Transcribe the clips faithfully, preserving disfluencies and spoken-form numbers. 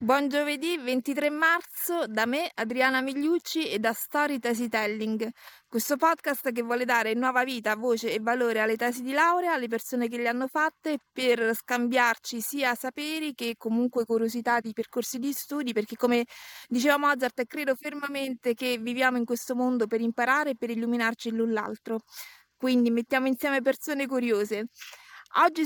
Buon giovedì ventitré marzo da me, Adriana Migliucci e da Story Tesitelling, questo podcast che vuole dare nuova vita, voce e valore alle tesi di laurea, alle persone che le hanno fatte per scambiarci sia saperi che comunque curiosità di percorsi di studi, perché come diceva Mozart, credo fermamente che viviamo in questo mondo per imparare e per illuminarci l'un l'altro. Quindi mettiamo insieme persone curiose. Oggi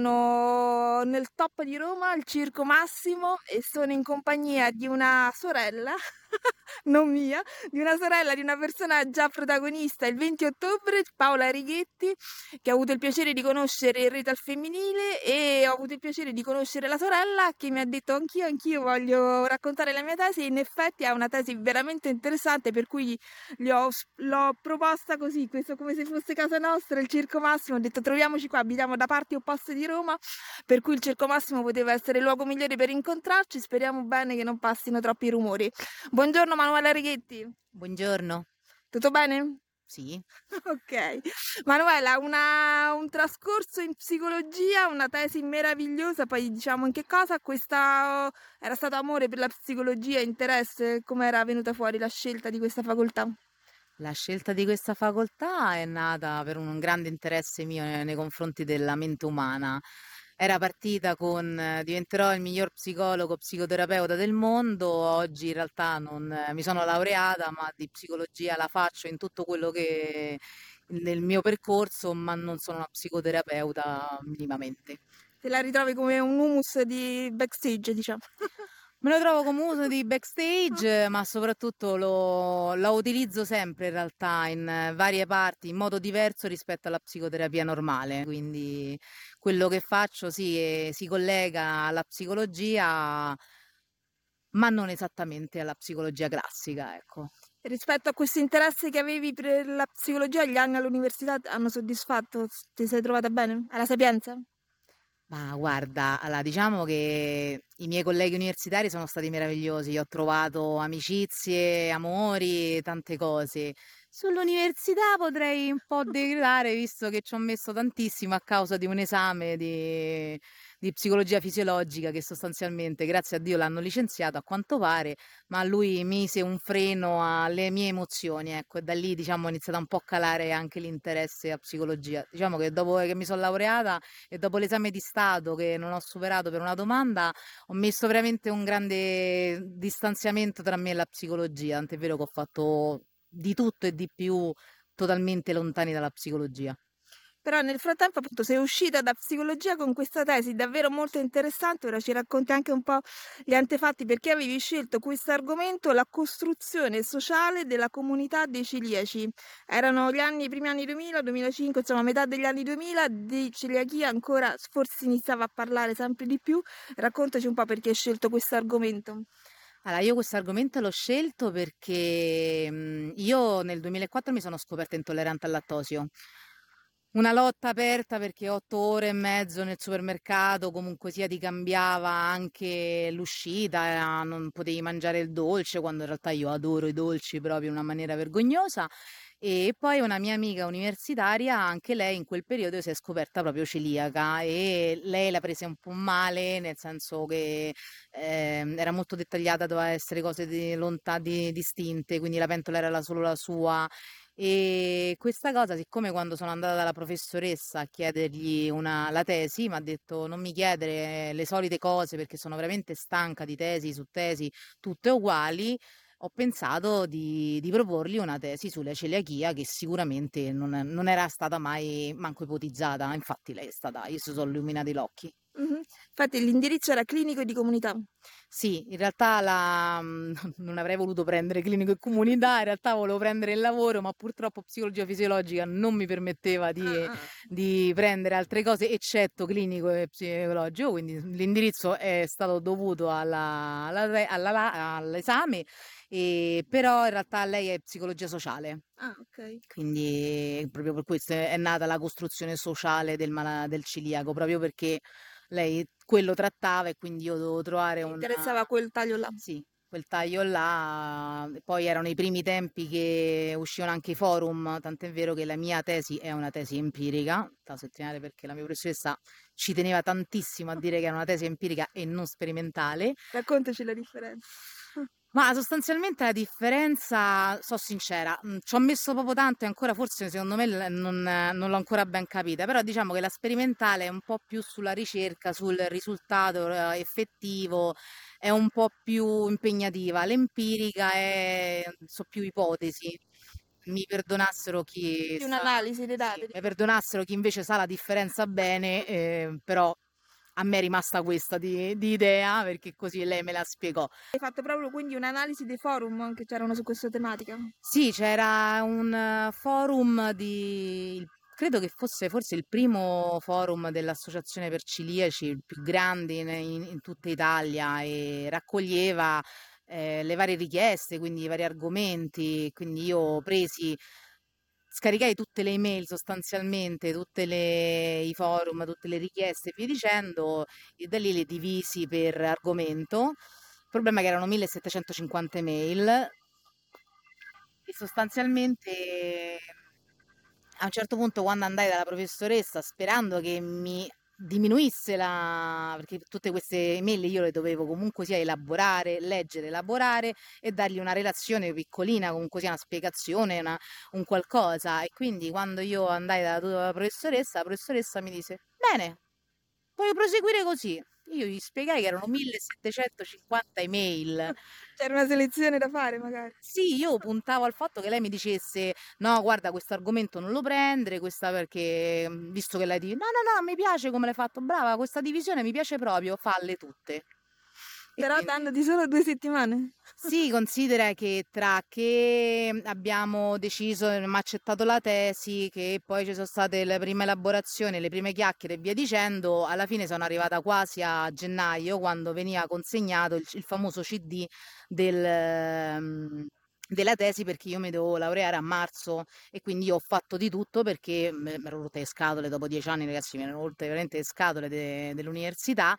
sono nel top di Roma, al Circo Massimo, e sono in compagnia di una sorella, non mia, di una sorella di una persona già protagonista il venti ottobre, Paola Righetti, che ho avuto il piacere di conoscere in rete al femminile, e ho avuto il piacere di conoscere la sorella che mi ha detto anch'io, anch'io voglio raccontare la mia tesi, e in effetti ha una tesi veramente interessante, per cui gli ho, l'ho proposta così, questo come se fosse casa nostra, il Circo Massimo. Ho detto troviamoci qua, abitiamo da parti opposte di Roma, per cui il Circo Massimo poteva essere il luogo migliore per incontrarci. Speriamo bene che non passino troppi rumori. Buongiorno Manuela Righetti. Buongiorno. Tutto bene? Sì. Ok. Manuela, una, un trascorso in psicologia, una tesi meravigliosa, poi diciamo in che cosa questa era stato amore per la psicologia, interesse, come era venuta fuori la scelta di questa facoltà? La scelta di questa facoltà è nata per un grande interesse mio ne nei confronti della mente umana. Era partita con eh, diventerò il miglior psicologo, psicoterapeuta del mondo. Oggi in realtà non eh, mi sono laureata, ma di psicologia la faccio in tutto quello che nel mio percorso, ma non sono una psicoterapeuta minimamente. Te la ritrovi come un humus di backstage, diciamo. Me lo trovo come uso di backstage, ma soprattutto lo, lo utilizzo sempre in realtà in eh, varie parti, in modo diverso rispetto alla psicoterapia normale. Quindi quello che faccio sì, eh, si collega alla psicologia, ma non esattamente alla psicologia classica, ecco. Rispetto a questo interesse che avevi per la psicologia, gli anni all'università hanno soddisfatto? Ti sei trovata bene? Alla Sapienza? Ma guarda, allora, diciamo che i miei colleghi universitari sono stati meravigliosi, ho trovato amicizie, amori, tante cose. Sull'università potrei un po' degradare, visto che ci ho messo tantissimo a causa di un esame di, di psicologia fisiologica che sostanzialmente, grazie a Dio, l'hanno licenziato a quanto pare, ma lui mise un freno alle mie emozioni, ecco, e da lì, diciamo, è iniziato un po' a calare anche l'interesse a psicologia. Diciamo che dopo che mi sono laureata e dopo l'esame di Stato che non ho superato per una domanda, ho messo veramente un grande distanziamento tra me e la psicologia, tant'è vero che ho fatto di tutto e di più totalmente lontani dalla psicologia. Però nel frattempo appunto sei uscita da psicologia con questa tesi davvero molto interessante, ora ci racconti anche un po' gli antefatti, perché avevi scelto questo argomento, la costruzione sociale della comunità dei celiaci. Erano gli anni, i primi anni duemila, duemilacinque, insomma metà degli anni duemila, di celiachia ancora forse si iniziava a parlare sempre di più. Raccontaci un po' perché hai scelto questo argomento. Allora, io questo argomento l'ho scelto perché mh, io nel duemilaquattro mi sono scoperta intollerante al lattosio. Una lotta aperta perché otto ore e mezzo nel supermercato comunque sia ti cambiava anche l'uscita, eh, non potevi mangiare il dolce, quando in realtà io adoro i dolci proprio in una maniera vergognosa. E poi una mia amica universitaria, anche lei in quel periodo si è scoperta proprio celiaca e lei la prese un po' male, nel senso che ehm, era molto dettagliata, doveva essere cose di, lonta- di- distinte, quindi la pentola era la- solo la sua. E questa cosa, siccome quando sono andata dalla professoressa a chiedergli una, la tesi, mi ha detto non mi chiedere le solite cose perché sono veramente stanca di tesi su tesi, tutte uguali, ho pensato di, di proporgli una tesi sulla celiachia che sicuramente non, non era stata mai manco ipotizzata, infatti lei è stata, io si sono illuminati gli occhi. Mhm. Infatti l'indirizzo era clinico e di comunità. Sì, in realtà la mhmm, non avrei voluto prendere clinico e comunità, in realtà volevo prendere il lavoro, ma purtroppo psicologia fisiologica non mi permetteva Ah, di ah. di prendere altre cose, eccetto clinico e psicologico, quindi l'indirizzo è stato dovuto alla alla re alla la all'esame, ehm, però in realtà lei è psicologia sociale. Ah, ok. Quindi proprio per questo è è nata la costruzione sociale del mala del celiaco, proprio perché lei quello trattava e quindi io dovevo trovare Ti un interessava quel taglio là. sì, quel taglio là. Poi erano i primi tempi che uscivano anche i forum, tant'è vero che la mia tesi è una tesi empirica, da sottolineare perché la mia professoressa ci teneva tantissimo a dire che era una tesi empirica e non sperimentale. Raccontaci la differenza. Ma sostanzialmente la differenza, so sincera, mh, ci ho messo poco tanto e ancora forse secondo me l- non, eh, non l'ho ancora ben capita, però diciamo che la sperimentale è un po' più sulla ricerca, sul risultato eh, effettivo, è un po' più impegnativa. L'empirica è, so più ipotesi. Mi perdonassero chi Più sa, un'analisi dei sì, dati. mi perdonassero chi invece sa la differenza bene, eh, però a me è rimasta questa di, di idea perché così lei me la spiegò. Hai fatto proprio quindi un'analisi dei forum che c'erano su questa tematica. Sì, c'era un eh, forum di, il- credo che fosse forse il primo forum dell'Associazione per celiaci, il più grande in, in- in tutta Italia e raccoglieva eh, le varie richieste, quindi i vari argomenti. Quindi io presi, scaricai tutte le email sostanzialmente, tutte le, i forum, tutte le richieste e via dicendo, e da lì le divisi per argomento. Il problema è che erano millesettecentocinquanta email e sostanzialmente a un certo punto quando andai dalla professoressa sperando che mi diminuisse la... perché tutte queste email io le dovevo comunque sia elaborare, leggere, elaborare e dargli una relazione piccolina, comunque sia una spiegazione, una- un qualcosa. E quindi quando io andai dalla, dalla professoressa, la professoressa mi disse, bene, voglio proseguire così. Io gli spiegai che erano millesettecentocinquanta email. C'era una selezione da fare, magari. Sì, io puntavo al fatto che lei mi dicesse: no, guarda, questo argomento non lo prendere, questa perché, mm, visto che lei dice, no, no, no, mi piace come l'hai fatto, brava, questa divisione mi piace proprio, falle tutte. E Però quindi, danno di solo due settimane. sì, considera che tra che abbiamo deciso, abbiamo accettato la tesi, che poi ci sono state le prime elaborazioni, le prime chiacchiere e via dicendo, alla fine sono arrivata quasi a gennaio, quando veniva consegnato il, il famoso C D del, ehm, della tesi, perché io mi devo laureare a marzo e quindi io ho fatto di tutto perché mi ero rotte le scatole dopo dieci anni, ragazzi, mi erano rotte veramente le scatole de- dell'università.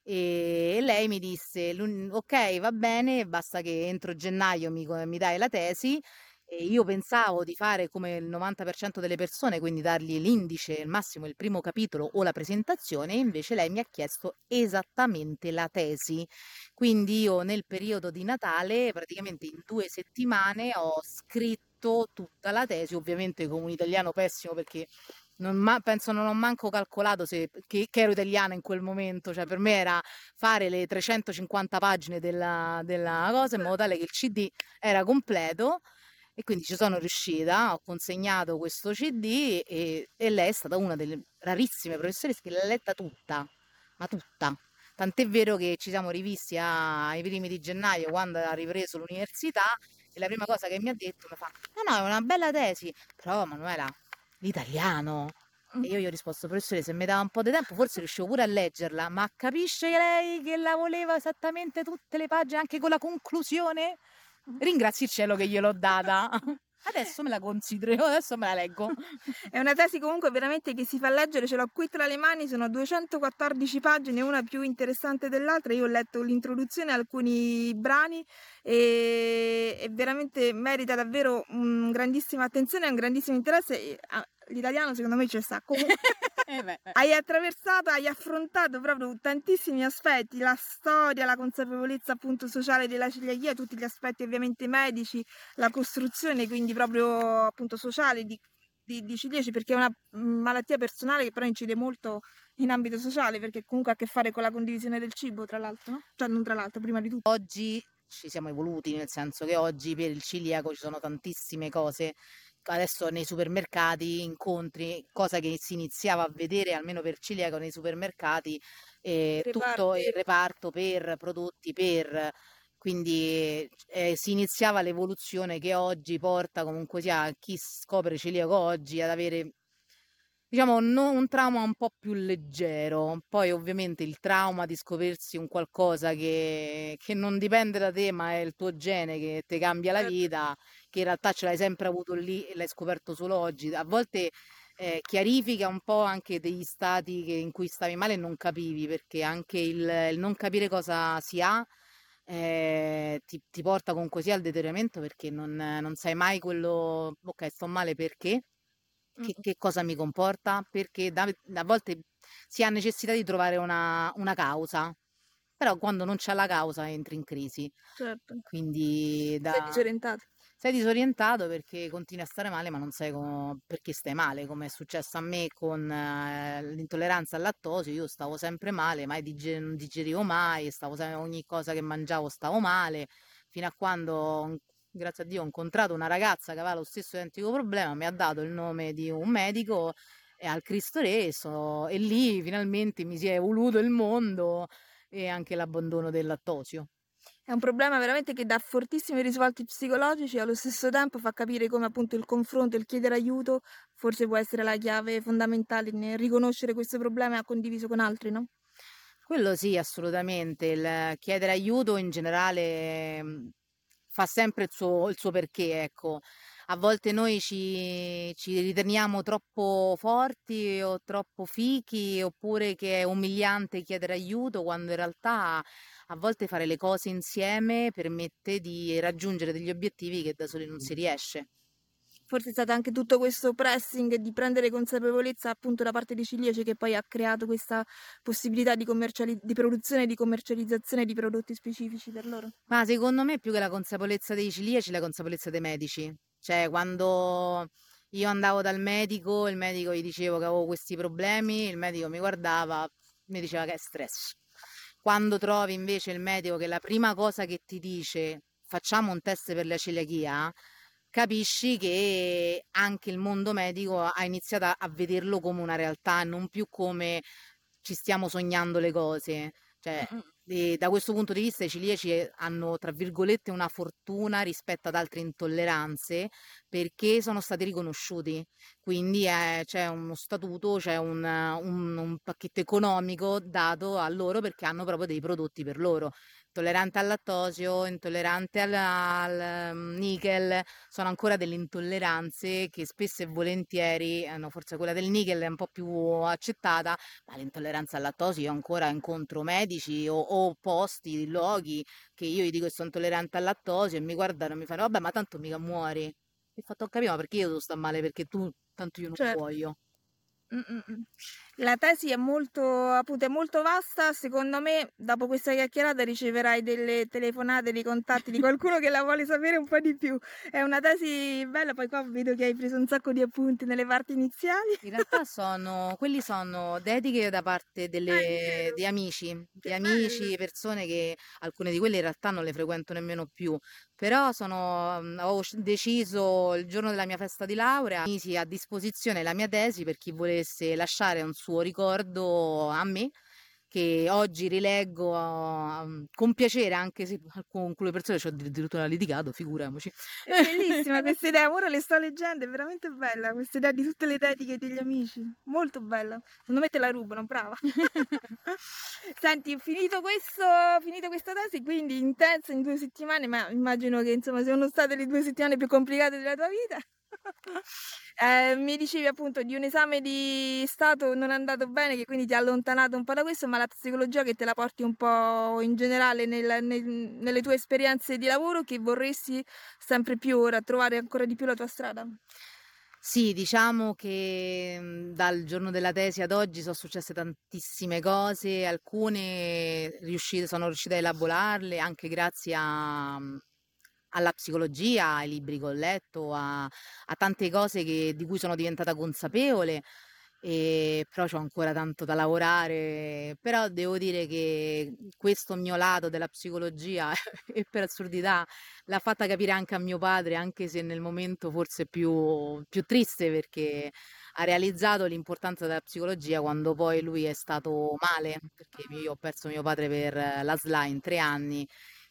E lei mi disse: "L'un- ok, va bene, basta che entro gennaio mi, co- mi dai la tesi." E io pensavo di fare come il novanta per cento delle persone, quindi dargli l'indice, al massimo il primo capitolo o la presentazione, e invece lei mi ha chiesto esattamente la tesi. Quindi io nel periodo di Natale, praticamente in due settimane, ho scritto tutta la tesi, ovviamente con un italiano pessimo perché non ma- penso non ho manco calcolato se, che, che ero italiana in quel momento, cioè per me era fare le trecentocinquanta pagine della, della cosa in modo tale che il C D era completo e quindi ci sono riuscita, ho consegnato questo C D e, e lei è stata una delle rarissime professoresse che l'ha letta tutta, ma tutta. Tant'è vero che ci siamo rivisti a- ai primi di gennaio quando ha ripreso l'università e la prima cosa che mi ha detto mi fa: no, no, è una bella tesi, però Manuela, l'italiano. E io gli ho risposto, professore, se mi dava un po' di tempo forse riuscivo pure a leggerla, ma capisce lei che la voleva esattamente tutte le pagine, anche con la conclusione? Ringrazi il cielo che gliel'ho data. Adesso me la considero, adesso me la leggo. È una tesi comunque veramente che si fa leggere, ce l'ho qui tra le mani, sono duecentoquattordici pagine, una più interessante dell'altra. Io ho letto l'introduzione, alcuni brani e, e veramente merita davvero un grandissima attenzione e un grandissimo interesse. E, ah, l'italiano secondo me ci sta comunque. Eh beh, eh. Hai attraversato, hai affrontato proprio tantissimi aspetti, la storia, la consapevolezza appunto sociale della celiachia, tutti gli aspetti ovviamente medici, la costruzione quindi proprio appunto sociale di, di, di celiaci, perché è una mm, malattia personale che però incide molto in ambito sociale, perché comunque ha a che fare con la condivisione del cibo, tra l'altro, no? Cioè non tra l'altro, prima di tutto. Oggi ci siamo evoluti, nel senso che oggi per il celiaco ci sono tantissime cose. Adesso nei supermercati incontri, cosa che si iniziava a vedere almeno per celiaco nei supermercati, eh, tutto il Reparti. reparto per prodotti per, quindi eh, si iniziava l'evoluzione che oggi porta comunque sia chi scopre celiaco oggi ad avere, diciamo, no- un trauma un po' più leggero. Poi ovviamente il trauma di scoprirsi un qualcosa che, che non dipende da te, ma è il tuo gene che ti cambia la Certo. vita, che in realtà ce l'hai sempre avuto lì e l'hai scoperto solo oggi. A volte eh, chiarifica un po' anche degli stati che- in cui stavi male e non capivi, perché anche il, il non capire cosa si ha ehm, ti ti porta comunque sia al deterioramento perché non non sai mai quello: "Okay, sto male perché? Che Mh-mh, che cosa mi comporta?" Perché da a volte si ha necessità di trovare una una causa, però quando non c'è la causa entri in crisi. certo. Quindi Sei da disorientato. sei disorientato perché continui a stare male, ma non sai co perché stai male, come è successo a me con eh, l'intolleranza al lattosio. Io stavo sempre male, mai dige non digerivo mai, stavo se ogni cosa che mangiavo stavo male, fino a quando ho grazie a Dio ho incontrato una ragazza che aveva lo stesso identico problema, mi ha dato il nome di un medico e al Cristo Re e so e lì finalmente mi si è evoluto il mondo e anche l'abbandono del lattosio. È un problema veramente che dà fortissimi risvolti psicologici e allo stesso tempo fa capire come appunto il confronto, il chiedere aiuto, forse può essere la chiave fondamentale nel riconoscere questo problema condiviso con altri, no? Quello sì, assolutamente. Il chiedere aiuto in generale, mhmm, fa sempre il suo il suo perché, ecco. A volte noi ci ci riteniamo troppo forti o troppo fichi, oppure che è umiliante chiedere aiuto, quando in realtà a volte fare le cose insieme permette di raggiungere degli obiettivi che da soli non si riesce. Forse è stato anche tutto questo pressing di prendere consapevolezza appunto da parte dei ciliegi che poi ha creato questa possibilità di commerciali di produzione e di commercializzazione di prodotti specifici per loro. Ma secondo me più che la consapevolezza dei celiaci, la consapevolezza dei medici. Cioè quando io andavo dal medico, il medico gli dicevo che avevo questi problemi, il medico mi guardava, mi diceva che è stress. Quando trovi invece il medico che la prima cosa che ti dice facciamo un test per la celiachia, capisci che anche il mondo medico ha iniziato a a vederlo come una realtà, non più come ci stiamo sognando le cose. Cioè, Mh-mh. ehm, da questo punto di vista i celiaci, ehm, hanno, tra virgolette, "una fortuna" rispetto ad altre intolleranze, perché sono stati riconosciuti. Quindi, ehm, c'è uno statuto, c'è un un un pacchetto economico dato a loro perché hanno proprio dei prodotti per loro. Intollerante al lattosio, intollerante al al, mhmm, nichel, sono ancora delle intolleranze che spesso e volentieri eh no, forse quella del nichel è un po' più accettata, ma l'intolleranza al lattosio io ancora incontro medici o o posti, luoghi che io gli dico che sono intollerante al lattosio e mi guardano e mi fanno: "Vabbè, ma tanto mica muori". E ho fatto: "Ho capito, ma perché io devo sta male? Perché tu tanto io non Cer muoio". Mh, mh, mh. La tesi è molto appunto, è molto vasta. Secondo me, dopo questa chiacchierata riceverai delle telefonate, dei contatti di qualcuno che la vuole sapere un po' di più. È una tesi bella, poi qua vedo che hai preso un sacco di appunti nelle parti iniziali. In realtà sono quelli sono dediche da parte Ah, è delle vero? di amici, di Che bello. amici, persone che alcune di quelle in realtà non le frequento nemmeno più, però sono mhmm, avevo sc deciso il giorno della mia festa di laurea, misi a disposizione la mia tesi per chi volesse lasciare un suo ricordo a me, che oggi rileggo, uhm, con piacere, anche se con alcune persone c'ho addirittura litigato, figuriamoci. È bellissima questa idea, ora le sto leggendo, è veramente bella questa idea di tutte le dediche degli amici, molto bella. Secondo me te la rubano, brava. Senti, finito questo finito questa tesi, quindi intensa in due settimane, ma immagino che insomma siano state le due settimane più complicate della tua vita. Ehm, mi dicevi appunto di un esame di stato non andato bene, che quindi ti ha allontanato un po' da questo, ma la psicologia che te la porti un po' in generale nel nel nelle tue esperienze di lavoro, che vorresti sempre più ora trovare ancora di più la tua strada? Sì, diciamo che, mhmm, dal giorno della tesi ad oggi so' successe tantissime cose, alcune riuscite sono riuscita a elaborarle anche grazie a mhmm, alla psicologia, ai libri che ho letto, a a tante cose che di cui sono diventata consapevole, ehm, però c'ho ancora tanto da lavorare. Però devo dire che questo mio lato della psicologia e per assurdità l'ha fatta capire anche a mio padre, anche se nel momento forse più più triste, perché ha realizzato l'importanza della psicologia quando poi lui è stato male, perché io ho perso mio padre per la S L A in tre anni,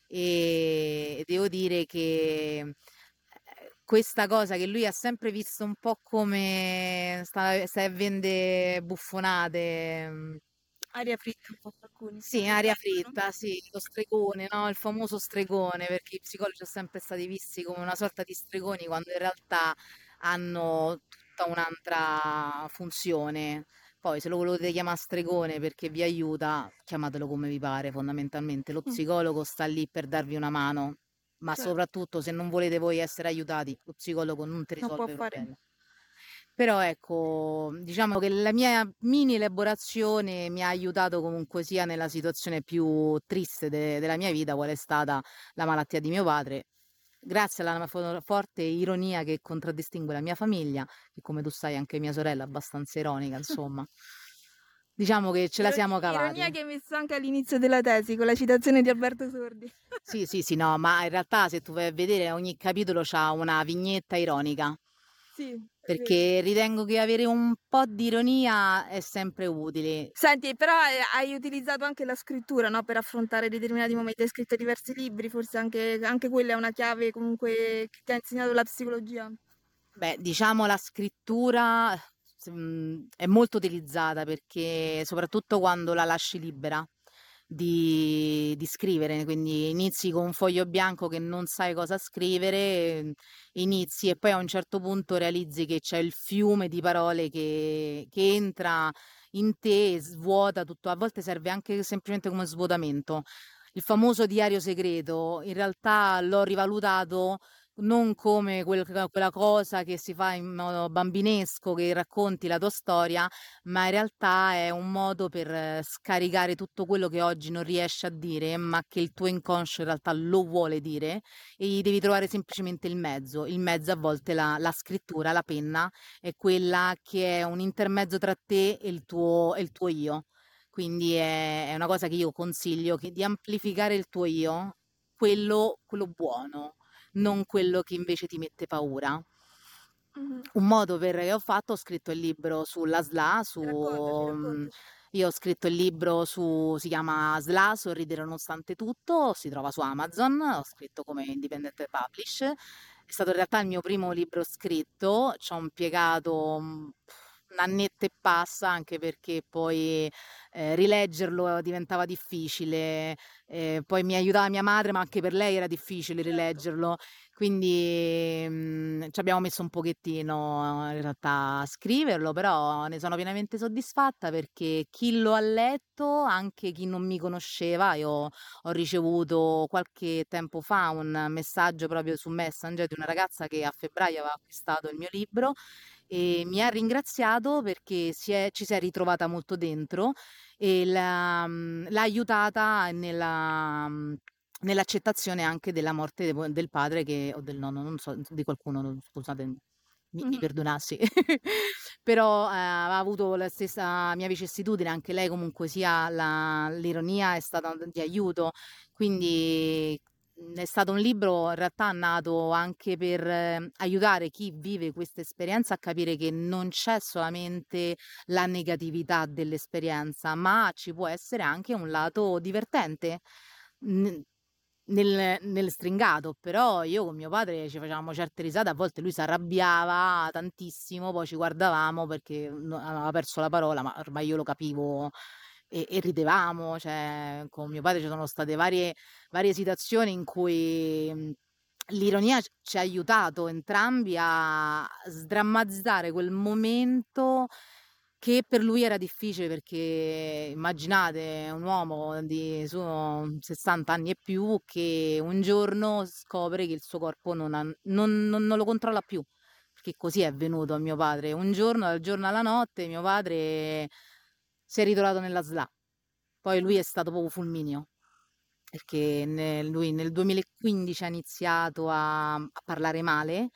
e devo dire che, ehm, questa cosa che lui ha sempre visto un po' come sta stai a vende buffonate, mhmm Aria fritta un po' per alcuni, sì, lo aria pensano. fritta, sì, lo stregone, no, il famoso stregone, perché i psicologi sono sempre stati visti come una sorta di stregoni, quando in realtà hanno tutta un'altra funzione. Poi se lo volete chiamare stregone perché vi aiuta, chiamatelo come vi pare, fondamentalmente. Lo Mh, psicologo sta lì per darvi una mano, ma certo, soprattutto se non volete voi essere aiutati, lo psicologo non ti non può risolve i fare. problemi. Però ecco, diciamo che la mia mini elaborazione mi ha aiutato comunque sia nella situazione più triste de- della mia vita, qual è stata la malattia di mio padre. Grazie alla mia fo- forte ironia che contraddistingue la mia famiglia, che come tu sai anche mia sorella è abbastanza ironica, insomma. Diciamo che ce la Ironi siamo ironia cavati. che hai messo anche all'inizio della tesi con la citazione di Alberto Sordi. Sì, sì, sì, no, ma in realtà se tu vai a vedere ogni capitolo c'ha una vignetta ironica. Sì, è vero. Perché ritengo che avere un po' di ironia è sempre utile. Senti, però, ehm, hai utilizzato anche la scrittura, no, per affrontare determinati momenti. Hai scritto diversi libri, forse anche anche quella è una chiave comunque che ti ha insegnato la psicologia. Beh, diciamo la scrittura, s mhmm, è molto utilizzata perché soprattutto quando la lasci libera di di scrivere, quindi inizi con un foglio bianco che non sai cosa scrivere, mhmm, inizi e poi a un certo punto realizzi che c'è il fiume di parole che che entra in te e svuota tutto. A volte serve anche semplicemente come svuotamento. Il famoso diario segreto in realtà l'ho rivalutato non come quel quella cosa che si fa in modo bambinesco, che racconti la tua storia, ma in realtà è un modo per eh, scaricare tutto quello che oggi non riesci a dire, ma che il tuo inconscio in realtà lo vuole dire e gli devi trovare semplicemente il mezzo. Il mezzo a volte la la scrittura, la penna, è quella che è un intermezzo tra te e il tuo e il tuo io. Quindi è è una cosa che io consiglio, che di amplificare il tuo io, quello quello buono non quello che invece ti mette paura. Mh-mh. Un modo per che ho fatto, ho scritto il libro sulla S L A, su Raccontaci, mhmm, raccontaci. io ho scritto il libro su si chiama S L A, Sorridere nonostante tutto, si trova su Amazon, ho scritto come independent publish. È stato in realtà il mio primo libro scritto, c'ho impiegato, mhmm, un annetto e passa, anche perché poi, ehm, rileggerlo diventava difficile, ehm, poi mi aiutava mia madre, ma anche per lei era difficile Certo. rileggerlo. Quindi, mhmm, ci abbiamo messo un pochettino in realtà a scriverlo, però ne sono pienamente soddisfatta perché chi lo ha letto, anche chi non mi conosceva, io ho ricevuto qualche tempo fa un messaggio proprio su Messenger di una ragazza che a febbraio aveva acquistato il mio libro e mi ha ringraziato perché si è ci si è ritrovata molto dentro e l'ha mhmm, l'ha aiutata nella mhmm, nell'accettazione anche della morte de vo del padre che o del nonno, non so, di qualcuno, non scusate, mi mi Mh-mh. perdonassi. Però, ehm, aveva avuto la stessa mia vicissitudine, anche lei comunque sia la l'ironia è stata d di aiuto, quindi, mhmm, è stato un libro in realtà nato anche per eh, aiutare chi vive questa esperienza a capire che non c'è solamente la negatività dell'esperienza, ma ci può essere anche un lato divertente. N nel nel stringato, però io con mio padre ci facevamo certe risate, a volte lui s'arrabbiava tantissimo, poi ci guardavamo perché no aveva perso la parola, ma ormai io lo capivo e e ridevamo, cioè con mio padre ci sono state varie varie situazioni in cui, mhmm, l'ironia c ci ha aiutato entrambi a sdrammatizzare quel momento che per lui era difficile perché immaginate un uomo di su sessanta anni e più che un giorno scopre che il suo corpo non ha non non non lo controlla più, perché così è avvenuto a mio padre. Un giorno, dal giorno alla notte, mio padre si è ritrovato nella S L A. Poi lui Mh. è stato proprio fulmineo, perché ne lui nel duemilaquindici ha iniziato a a parlare male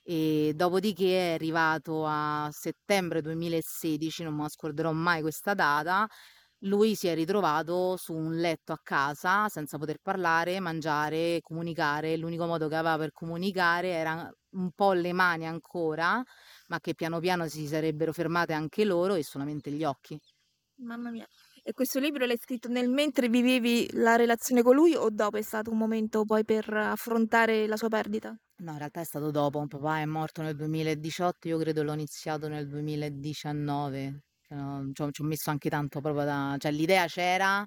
e dopodiché è arrivato a settembre duemilasedici, non me la scorderò mai questa data, lui si è ritrovato su un letto a casa senza poter parlare, mangiare, comunicare. L'unico modo che aveva per comunicare era un po' le mani ancora, ma che piano piano si sarebbero fermate anche loro e solamente gli occhi. Mamma mia. E questo libro l'hai scritto nel mentre vivevi la relazione con lui o dopo è stato un momento poi per affrontare la sua perdita? No, in realtà è stato dopo. Papà è morto nel duemiladiciotto, io credo l'ho iniziato nel duemiladiciannove. Cioè, no, c'ho c'ho messo anche tanto proprio da cioè l'idea c'era,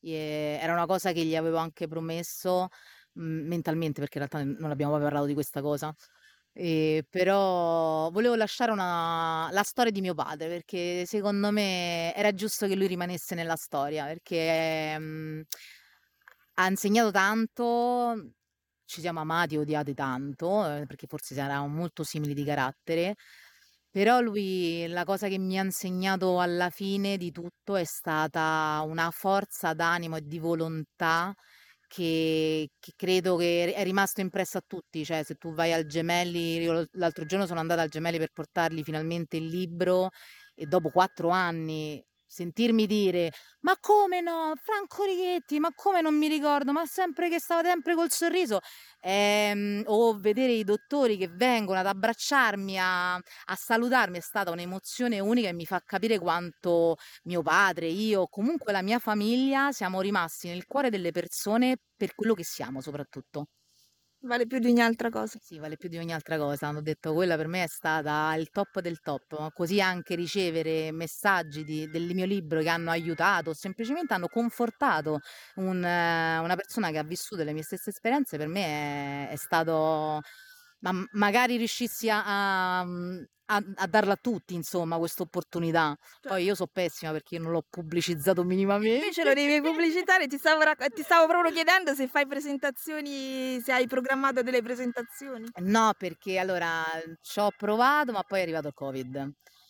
e era una cosa che gli avevo anche promesso, mhmm, mentalmente, perché in realtà non abbiamo mai parlato di questa cosa. Ehm, però volevo lasciare una la storia di mio padre, perché secondo me era giusto che lui rimanesse nella storia, perché, mhmm, ha insegnato tanto, ci siamo amati e odiati tanto, ehm, perché forse s eravamo molto simili di carattere, però lui la cosa che mi ha insegnato alla fine di tutto è stata una forza d'animo e di volontà che che credo che è rimasto impresso a tutti. Cioè, se tu vai al Gemelli, io l l'altro giorno sono andata al Gemelli per portargli finalmente il libro e dopo quattro anni sentirmi dire: "Ma come no? Franco Righetti, ma come non mi ricordo? Ma sempre che stava sempre col sorriso". Ehm, o vedere i dottori che vengono ad abbracciarmi, a a salutarmi, è stata un'emozione unica e mi fa capire quanto mio padre, io, comunque la mia famiglia, siamo rimasti nel cuore delle persone per quello che siamo soprattutto. Vale più di ogni altra cosa. Sì, vale più di ogni altra cosa. Hanno detto quella per me è stata il top del top, ma così anche ricevere messaggi di del mio libro che hanno aiutato o semplicemente hanno confortato un eh, una persona che ha vissuto le mie stesse esperienze, per me è è stato, ma m magari riuscissi a a mhmm, a a darla a tutti insomma quest'opportunità. Cioè, Poi io so pessima perché io non l'ho pubblicizzato invece lo minimamente. devi pubblicizzare, ti stavo racco ti stavo proprio chiedendo se fai presentazioni, se hai programmato delle presentazioni. No, perché allora c'ho provato, ma poi è arrivato il Covid.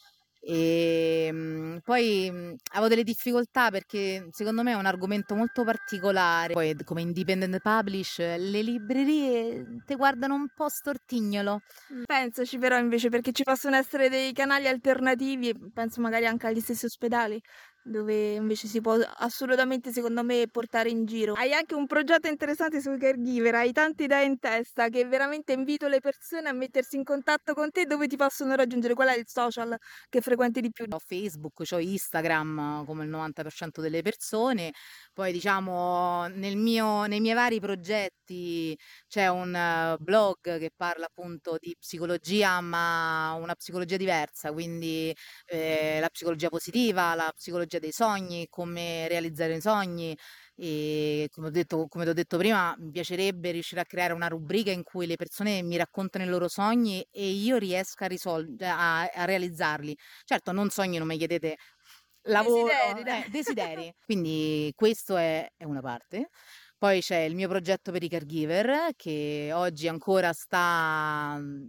Ehm, poi, mhmm, avevo delle difficoltà perché secondo me è un argomento molto particolare. Poi d come independent publish le librerie te guardano un po' stortignolo. Mh. Pensaci però invece, perché ci possono essere dei canali alternativi, e penso magari anche agli stessi ospedali, dove invece si può assolutamente, secondo me, portare in giro. Hai anche un progetto interessante sui caregiver, hai tante idee in testa che veramente invito le persone a mettersi in contatto con te. Dove ti possono raggiungere? Qual è il social che frequenti di più? Ho Facebook, c'ho Instagram come il novanta per cento delle persone. Poi diciamo nel mio nei miei vari progetti c'è un eh, blog che parla appunto di psicologia, ma una psicologia diversa, quindi, ehm, la psicologia positiva, la psicologia dei sogni, come realizzare i sogni. E come ho detto come t'ho detto prima, mi piacerebbe riuscire a creare una rubrica in cui le persone mi raccontano i loro sogni e io riesca a risol a a realizzarli. Certo, non sogni, non mi chiedete Desideri, lavoro, dai. eh, desideri. Quindi questo è è una parte. Poi c'è il mio progetto per i caregiver che oggi ancora sta, mhmm,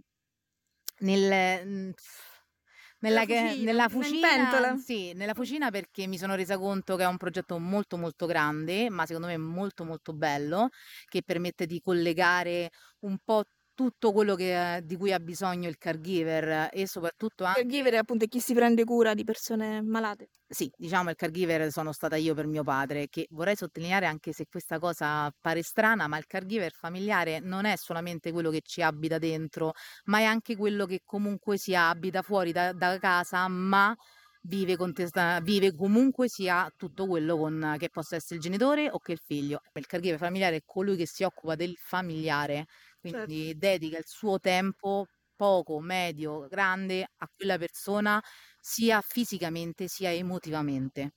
nel mhmm, Nella nella che fucina, nella ne in fucina, pentola. sì, nella fucina perché mi sono resa conto che è un progetto molto, molto grande, ma secondo me molto, molto bello, che permette di collegare un po' tutto quello che di cui ha bisogno il caregiver e soprattutto Caregiver anche. appunto è chi si prende cura di persone malate. Sì, diciamo il caregiver sono stata io per mio padre, che vorrei sottolineare anche se questa cosa pare strana, ma il caregiver familiare non è solamente quello che ci abita dentro, ma è anche quello che comunque si abita fuori da, da casa, ma vive, con te, sta- vive comunque sia tutto quello con, che possa essere il genitore o che il figlio. Il caregiver familiare è colui che si occupa del familiare, Certo. quindi dedica il suo tempo poco, medio, grande a quella persona sia fisicamente sia emotivamente.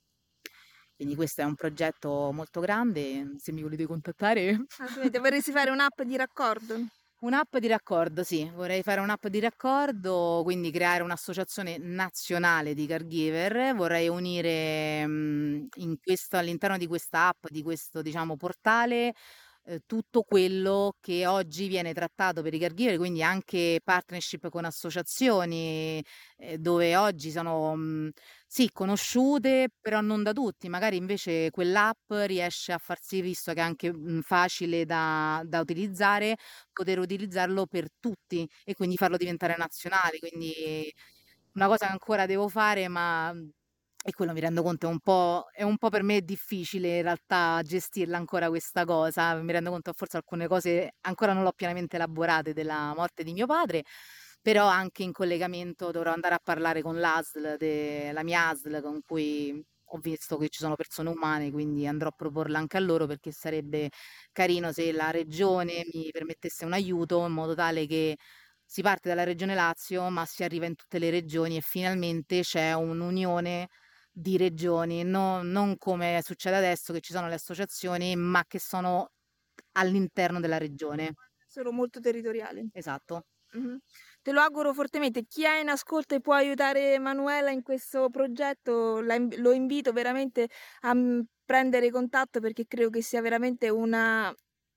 Quindi questo è un progetto molto grande, se mi volete contattare. Assolutamente, vorresti fare un'app di raccordo? Un'app di raccordo, sì, vorrei fare un'app di raccordo, quindi creare un'associazione nazionale di caregiver. Vorrei unire, mhmm, in questo all'interno di questa app, di questo diciamo portale, ehm, tutto quello che oggi viene trattato per i caregiver, quindi anche partnership con associazioni, ehm, dove oggi sono, mhmm, sì, conosciute, però non da tutti. Magari invece quell'app riesce a far sì, visto che è anche, mhmm, facile da da utilizzare, poter utilizzarlo per tutti e quindi farlo diventare nazionale. Quindi una cosa che ancora devo fare, ma, mhmm, e quello mi rendo conto è un po' è un po' per me difficile in realtà gestirla ancora questa cosa. Mi rendo conto che forse alcune cose ancora non l'ho pienamente elaborate della morte di mio padre, però anche in collegamento dovrò andare a parlare con l'A S L, de la mia A S L con cui ho visto che ci sono persone umane, quindi andrò a proporla anche a loro perché sarebbe carino se la regione mi permettesse un aiuto in modo tale che si parte dalla regione Lazio, ma si arriva in tutte le regioni e finalmente c'è un'unione di regioni, no, non come succede adesso che ci sono le associazioni, ma che sono all'interno della regione. Sono molto territoriali. Esatto. Mh-mh. Te lo auguro fortemente. Chi è in ascolto e può aiutare Manuela in questo progetto, la inv lo invito veramente a, mhmm, prendere contatto perché credo che sia veramente una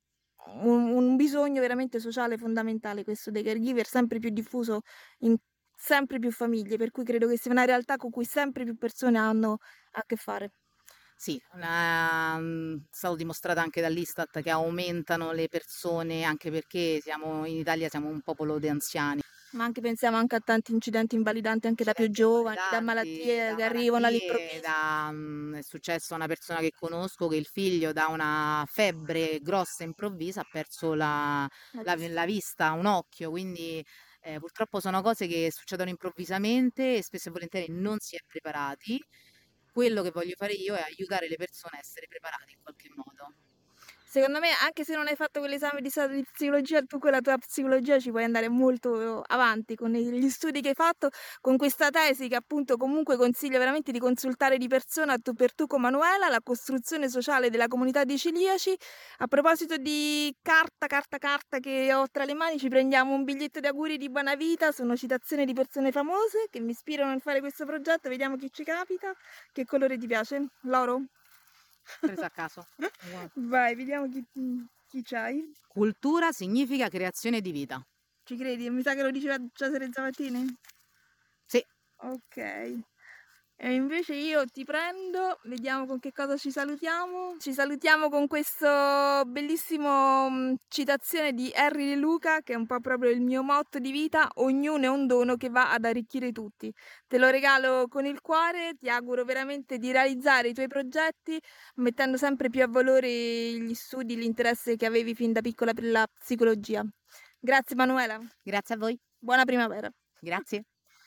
un un bisogno veramente sociale fondamentale questo dei caregiver, sempre più diffuso in sempre più famiglie, per cui credo che sia una realtà con cui sempre più persone hanno a che fare. Sì, una mhmm, stato dimostrato anche dall'Istat che aumentano le persone, anche perché siamo in Italia siamo un popolo di anziani. Ma anche pensiamo anche a tanti incidenti invalidanti anche da più Incidenti giovani, da invalidanti, malattie da che arrivano malattie, all'improvviso. da mhmm, è successo a una persona che conosco che il figlio da una febbre grossa improvvisa ha perso la La la v vista. la vista, un occhio, quindi, ehm, purtroppo sono cose che succedono improvvisamente e spesso e volentieri non si è preparati. Quello che voglio fare io è aiutare le persone a essere preparate in qualche modo. Secondo me, anche se non hai fatto quell'esame di stato di psicologia, tu con la tua psicologia ci puoi andare molto avanti con i gli studi che hai fatto, con questa tesi che appunto comunque consiglio veramente di consultare di persona a tu per tu con Manuela, la costruzione sociale della comunità di celiaci. A proposito di carta, carta, carta che ho tra le mani, ci prendiamo un biglietto di auguri di buona vita, sono citazioni di persone famose che mi ispirano nel fare questo progetto, vediamo chi ci capita. Che colore ti piace? L'oro? Presa a caso. Gua Vai, vediamo chi mhmm, chi c'hai. Cultura significa creazione di vita. Ci credi? Mi sa che lo diceva Cesare Zavattini? Sì. Okay. E invece io ti prendo, vediamo con che cosa ci salutiamo. Ci salutiamo con questo bellissimo, mhmm, citazione di Henry De Luca, che è un po' proprio il mio motto di vita: "Ognuno è un dono che va ad arricchire tutti". Te lo regalo con il cuore, ti auguro veramente di realizzare i tuoi progetti, mettendo sempre più a valore gli studi, l'interesse che avevi fin da piccola per la psicologia. Grazie Manuela, Grazie a voi. buona primavera. Grazie.